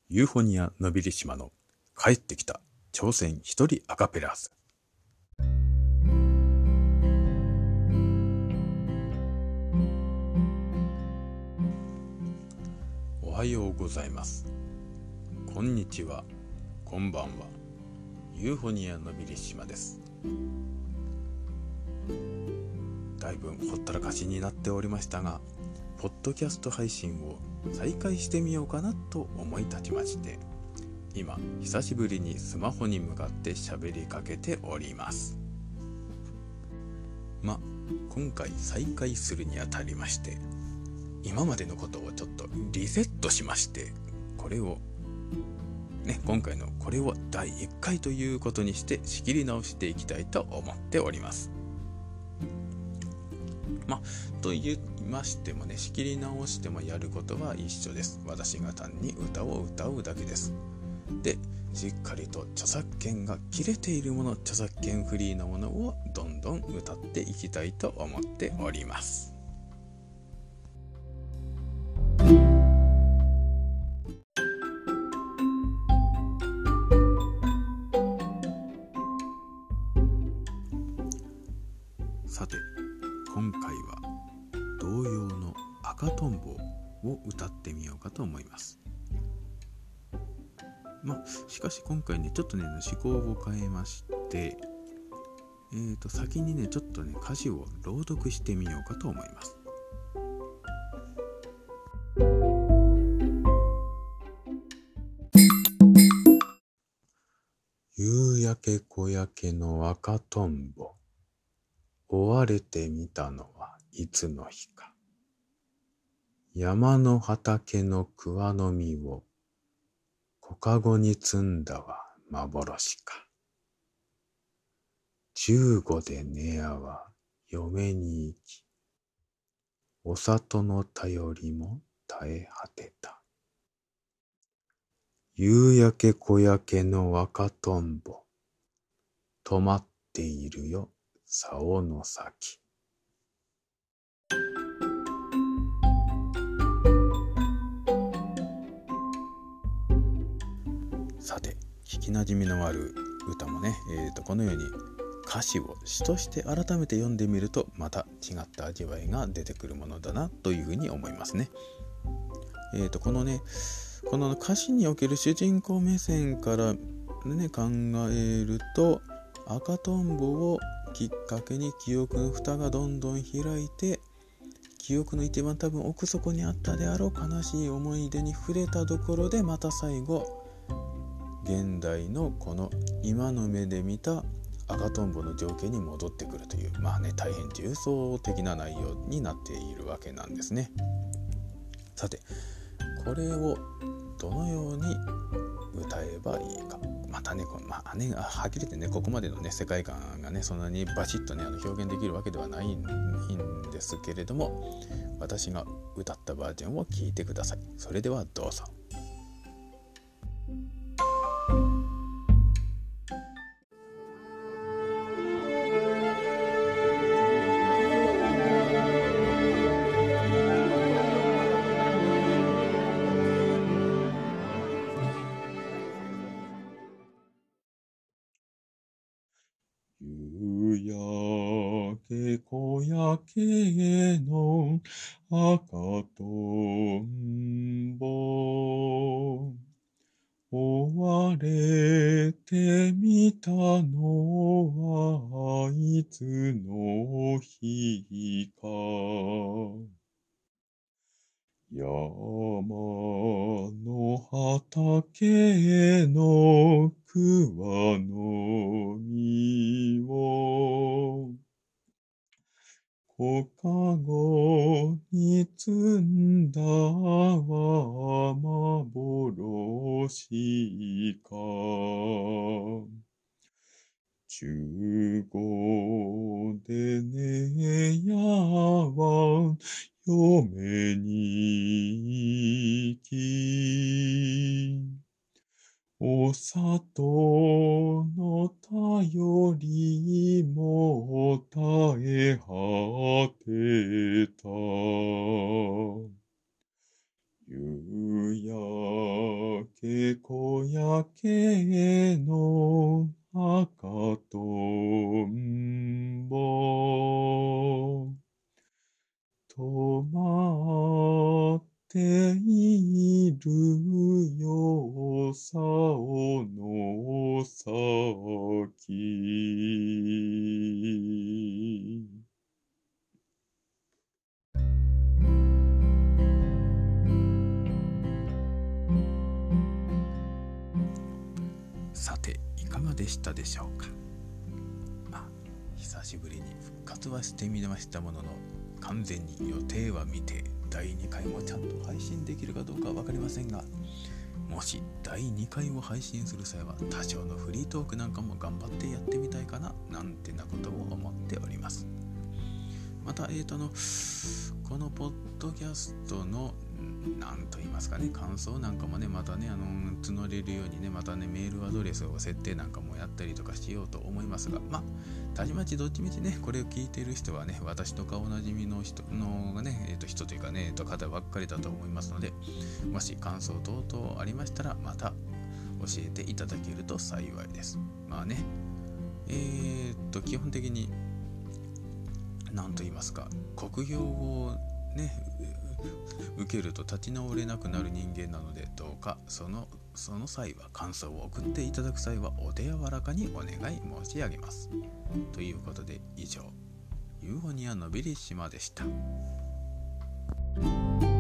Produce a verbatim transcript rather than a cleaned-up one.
ユーフォニアのびり島の帰ってきた朝鮮一人アカペラーズ。おはようございます。こんにちは。こんばんは。ユーフォニアのびり島です。だいぶほったらかしになっておりましたが、ポッドキャスト配信を再開してみようかなと思い立ちまして、今久しぶりにスマホに向かって喋りかけております。ま、今回再開するにあたりまして、今までのことをちょっとリセットしまして、これをね、今回のこれをだいいっかいということにして仕切り直していきたいと思っております。まあ、と言いましてもね、仕切り直してもやることは一緒です。私が単に歌を歌うだけです。で、しっかりと著作権が切れているもの、著作権フリーなものをどんどん歌っていきたいと思っております。さて、今回は童謡の赤とんぼを歌ってみようかと思います。まあ、しかし今回ね、ちょっとね、趣向を変えまして、えーと、先にね、ちょっとね、歌詞を朗読してみようかと思います。夕焼け小焼けの赤とんぼ、追われてみたのはいつの日か。山の畑の桑の実を小かごに積んだは幻か。十五で寝屋は嫁に行き、お里の頼りも絶え果てた。夕焼け小焼けの赤とんぼ、止まっているよ竿の先。さて、聞きなじみのある歌もね、えーと、このように歌詞を詩として改めて読んでみると、また違った味わいが出てくるものだなというふうに思いますね。えーと、このね、この歌詞における主人公目線からね、考えると、赤とんぼをきっかけに記憶の蓋がどんどん開いて、記憶の一番多分奥底にあったであろう悲しい思い出に触れたところで、また最後現代のこの今の目で見た赤とんぼの情景に戻ってくるという、まあね、大変重層的な内容になっているわけなんですね。さて、これをどのように歌えばいいか、またね、まあね、はっきり言ってね、ここまでのね、世界観がね、そんなにバシッとね、あの表現できるわけではないんですけれども、私が歌ったバージョンを聞いてください。それではどうぞ。夕焼け小焼けの赤とんぼ、追われてみたのはいつの日か。山の畑の桑の実を小かごに積んだは幻か。十五で寝屋は嫁に行き、お里の頼りも絶え果てた。夕焼けこやけの赤とんぼ止まっているよさおの先。さていかがでしたでしょうか。まあ久しぶりに復活はしてみましたものの、完全に予定は未定。だいにかいもちゃんと配信できるかどうかは分かりませんが、もしだいにかいを配信する際は多少のフリートークなんかも頑張ってやってみたいかななんてなことを思っております。また、えーとのこのポッドキャストのなんと言いますかね、感想なんかもね、またね、あの募れるようにね、またね、メールアドレスを設定なんかもやったりとかしようと思いますが、まあ、たちまちどっちみちね、これを聞いている人はね、私とかおなじみの人のね、えーと人というかね、えーと方ばっかりだと思いますので、もし感想等々ありましたら、また教えていただけると幸いです。まあね、えーと、基本的に、なんと言いますか、国業をね、受けると立ち直れなくなる人間なので、どうかそのその際は感想を送っていただく際はお手柔らかにお願い申し上げます。ということで以上、ユーフォニアのビリッシマでした。